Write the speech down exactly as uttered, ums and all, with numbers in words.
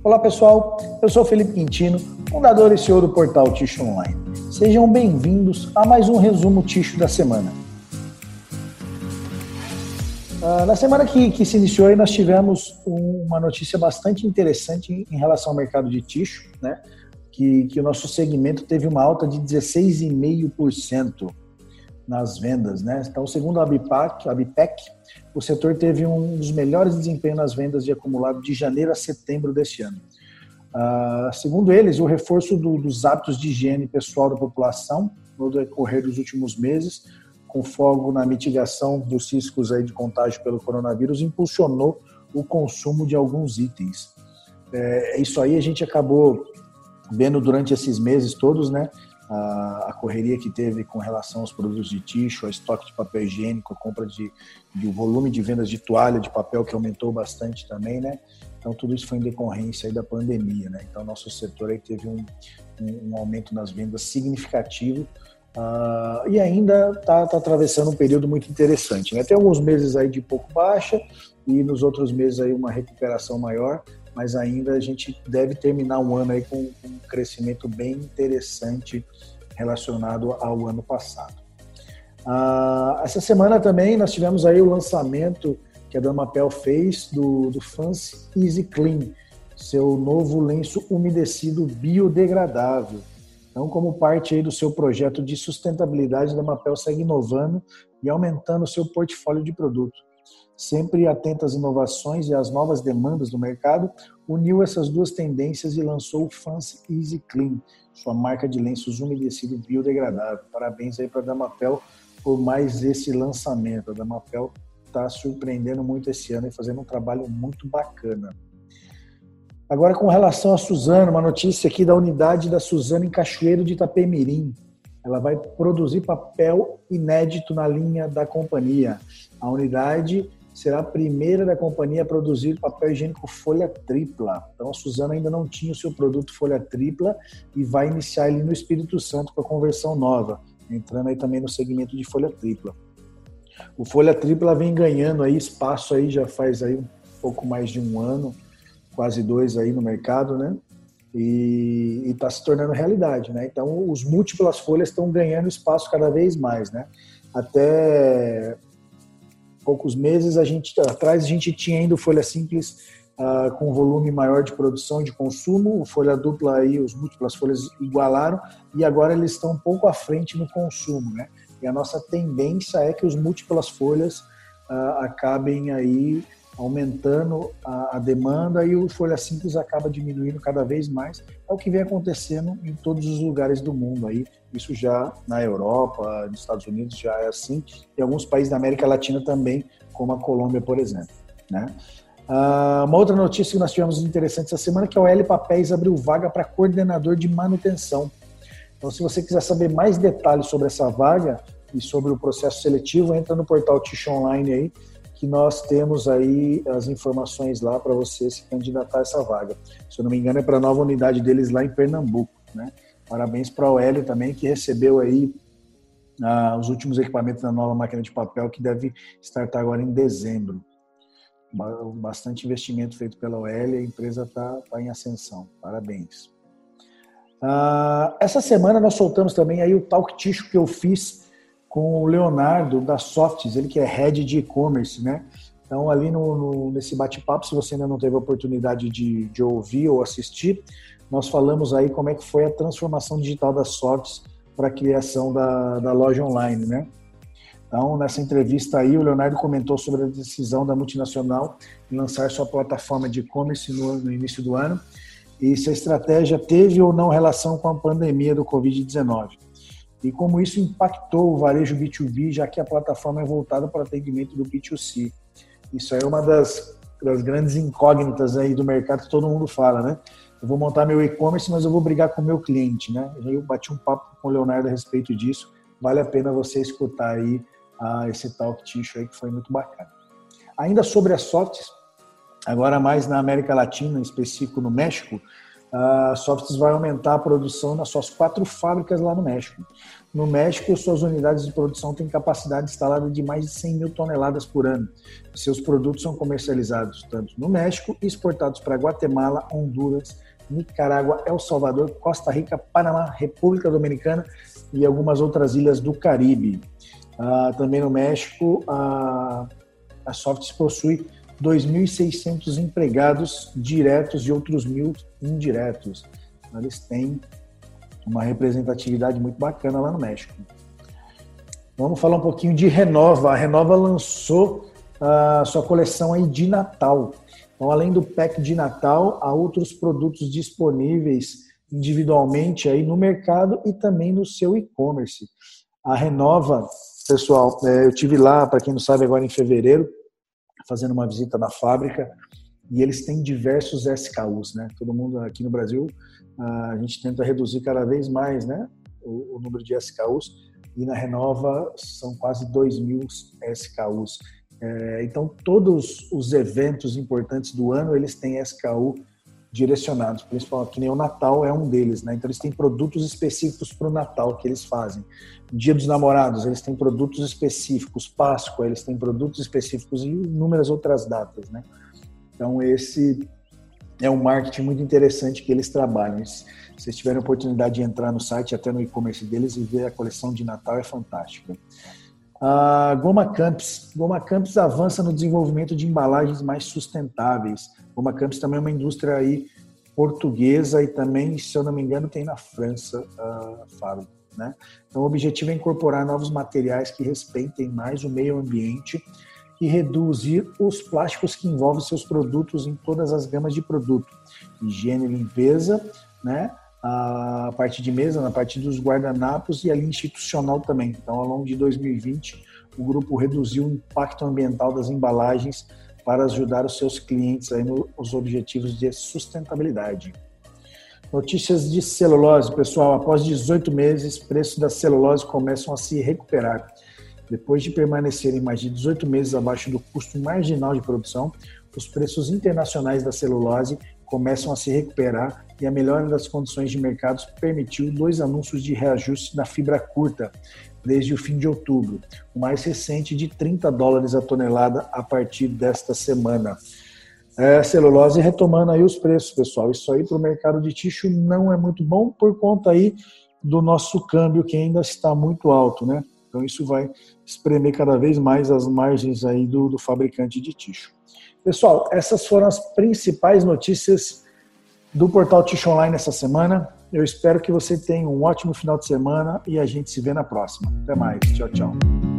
Olá pessoal, eu sou Felipe Quintino, fundador e C E O do portal Ticho Online. Sejam bem-vindos a mais um resumo Ticho da semana. Uh, na semana que, que se iniciou, aí, nós tivemos um, uma notícia bastante interessante em, em relação ao mercado de Ticho, né? que, que o nosso segmento teve uma alta de dezesseis vírgula cinco por cento nas vendas. Né? Então, segundo a Abipac, a Abipec, o setor teve um dos melhores desempenhos nas vendas de acumulado de janeiro a setembro deste ano. Uh, segundo eles, o reforço do, dos hábitos de higiene pessoal da população no decorrer dos últimos meses, com foco na mitigação dos riscos aí de contágio pelo coronavírus, impulsionou o consumo de alguns itens. É, isso aí a gente acabou vendo durante esses meses todos, né? A, a correria que teve com relação aos produtos de Ticho, ao estoque de papel higiênico, a compra de, de o volume de vendas de toalha de papel que aumentou bastante também, né? Então tudo isso foi em decorrência aí da pandemia, né? Então nosso setor aí teve um, um, um aumento nas vendas significativo. Uh, e ainda está tá atravessando um período muito interessante, né? Tem alguns meses aí de pouco baixa e nos outros meses aí uma recuperação maior, mas ainda a gente deve terminar um ano aí com, com um crescimento bem interessante relacionado ao ano passado. Uh, essa semana também nós tivemos aí o lançamento que a Damapel fez do, do Fancy Easy Clean, seu novo lenço umedecido biodegradável. Então, como parte aí do seu projeto de sustentabilidade, a Damapel segue inovando e aumentando o seu portfólio de produto. Sempre atenta às inovações e às novas demandas do mercado, uniu essas duas tendências e lançou o Fancy Easy Clean, sua marca de lenços umedecidos biodegradável. Parabéns aí para a Damapel por mais esse lançamento. A Damapel está surpreendendo muito esse ano e fazendo um trabalho muito bacana. Agora, com relação a Suzano, uma notícia aqui da unidade da Suzano em Cachoeiro de Itapemirim. Ela vai produzir papel inédito na linha da companhia. A unidade será a primeira da companhia a produzir papel higiênico folha tripla. Então, a Suzano ainda não tinha o seu produto folha tripla e vai iniciar ali no Espírito Santo com a conversão nova, entrando aí também no segmento de folha tripla. O folha tripla vem ganhando aí espaço aí já faz aí um pouco mais de um ano, quase dois aí no mercado, né? E está se tornando realidade, né? Então, os múltiplas folhas estão ganhando espaço cada vez mais, né? Até poucos meses a gente, atrás a gente tinha ainda o folha simples uh, com volume maior de produção e de consumo, o folha dupla aí, os múltiplas folhas igualaram e agora eles estão um pouco à frente no consumo, né? E a nossa tendência é que os múltiplas folhas uh, acabem aí aumentando a, a demanda e o folha simples acaba diminuindo cada vez mais. É o que vem acontecendo em todos os lugares do mundo aí. Isso já na Europa, nos Estados Unidos já é assim, e alguns países da América Latina também, como a Colômbia, por exemplo. Né? Uh, uma outra notícia que nós tivemos interessante essa semana é que a O L Papéis abriu vaga para coordenador de manutenção. Então, se você quiser saber mais detalhes sobre essa vaga e sobre o processo seletivo, entra no portal Ticho Online aí, que nós temos aí as informações lá para você se candidatar a essa vaga. Se eu não me engano, é para a nova unidade deles lá em Pernambuco. Né? Parabéns para a O L também, que recebeu aí ah, os últimos equipamentos da nova máquina de papel, que deve startar agora em dezembro. Bastante investimento feito pela O L, a empresa está tá em ascensão. Parabéns. Ah, essa semana nós soltamos também aí o Talk Ticho que eu fiz com o Leonardo da Softs, ele que é Head de E-Commerce, né? Então, ali no, no, nesse bate-papo, se você ainda não teve a oportunidade de, de ouvir ou assistir, nós falamos aí como é que foi a transformação digital da Softs para a criação da, da loja online, né? Então, nessa entrevista aí, o Leonardo comentou sobre a decisão da multinacional em lançar sua plataforma de e-commerce no, no início do ano e se a estratégia teve ou não relação com a pandemia do covid dezenove. E como isso impactou o varejo B dois B, já que a plataforma é voltada para o atendimento do B dois C. Isso é uma das, das grandes incógnitas aí do mercado que todo mundo fala, né? Eu vou montar meu e-commerce, mas eu vou brigar com o meu cliente, né? Eu bati um papo com o Leonardo a respeito disso. Vale a pena você escutar aí ah, esse Talk Ticho aí, que foi muito bacana. Ainda sobre as Softs, agora mais na América Latina, em específico no México, a Softs vai aumentar a produção nas suas quatro fábricas lá no México. No México, suas unidades de produção têm capacidade instalada de mais de cem mil toneladas por ano. Seus produtos são comercializados tanto no México e exportados para Guatemala, Honduras, Nicarágua, El Salvador, Costa Rica, Panamá, República Dominicana e algumas outras ilhas do Caribe. Ah, também no México, a, a Softs possui dois mil e seiscentos empregados diretos e outros mil indiretos. Eles têm uma representatividade muito bacana lá no México. Vamos falar um pouquinho de Renova. A Renova lançou a sua coleção aí de Natal. Então, além do pack de Natal, há outros produtos disponíveis individualmente aí no mercado e também no seu e-commerce. A Renova, pessoal, eu tive lá, para quem não sabe, agora em fevereiro, fazendo uma visita na fábrica, e eles têm diversos S K Us, né? Todo mundo aqui no Brasil, a gente tenta reduzir cada vez mais, né, o, o número de S K Us, e na Renova são quase dois mil S K Us. É, então, todos os eventos importantes do ano, eles têm S K U direcionados, principalmente, que nem o Natal é um deles, né? Então, eles têm produtos específicos para o Natal que eles fazem. Dia dos Namorados, eles têm produtos específicos. Páscoa, eles têm produtos específicos e inúmeras outras datas, né? Então, esse é um marketing muito interessante que eles trabalham. Se vocês tiverem a oportunidade de entrar no site, até no e-commerce deles, e ver a coleção de Natal, é fantástica. A Goma Camps. Goma Camps avança no desenvolvimento de embalagens mais sustentáveis. Goma Camps também é uma indústria aí portuguesa e também, se eu não me engano, tem na França a fábrica, né? Então, o objetivo é incorporar novos materiais que respeitem mais o meio ambiente e reduzir os plásticos que envolvem seus produtos em todas as gamas de produto. Higiene e limpeza, né? A parte de mesa, na parte dos guardanapos e a linha institucional também. Então, ao longo de dois mil e vinte, o grupo reduziu o impacto ambiental das embalagens para ajudar os seus clientes aí nos objetivos de sustentabilidade. Notícias de celulose, pessoal. Após dezoito meses, preços da celulose começam a se recuperar. Depois de permanecerem mais de dezoito meses abaixo do custo marginal de produção, os preços internacionais da celulose começam a se recuperar e a melhora das condições de mercado permitiu dois anúncios de reajuste na fibra curta desde o fim de outubro, o mais recente de trinta dólares a tonelada a partir desta semana. É, a celulose retomando aí os preços, pessoal. Isso aí para o mercado de tixo não é muito bom por conta aí do nosso câmbio que ainda está muito alto, né? Então isso vai espremer cada vez mais as margens aí do, do fabricante de tixo. Pessoal, essas foram as principais notícias do Portal Tixo Online essa semana. Eu espero que você tenha um ótimo final de semana e a gente se vê na próxima. Até mais. Tchau, tchau.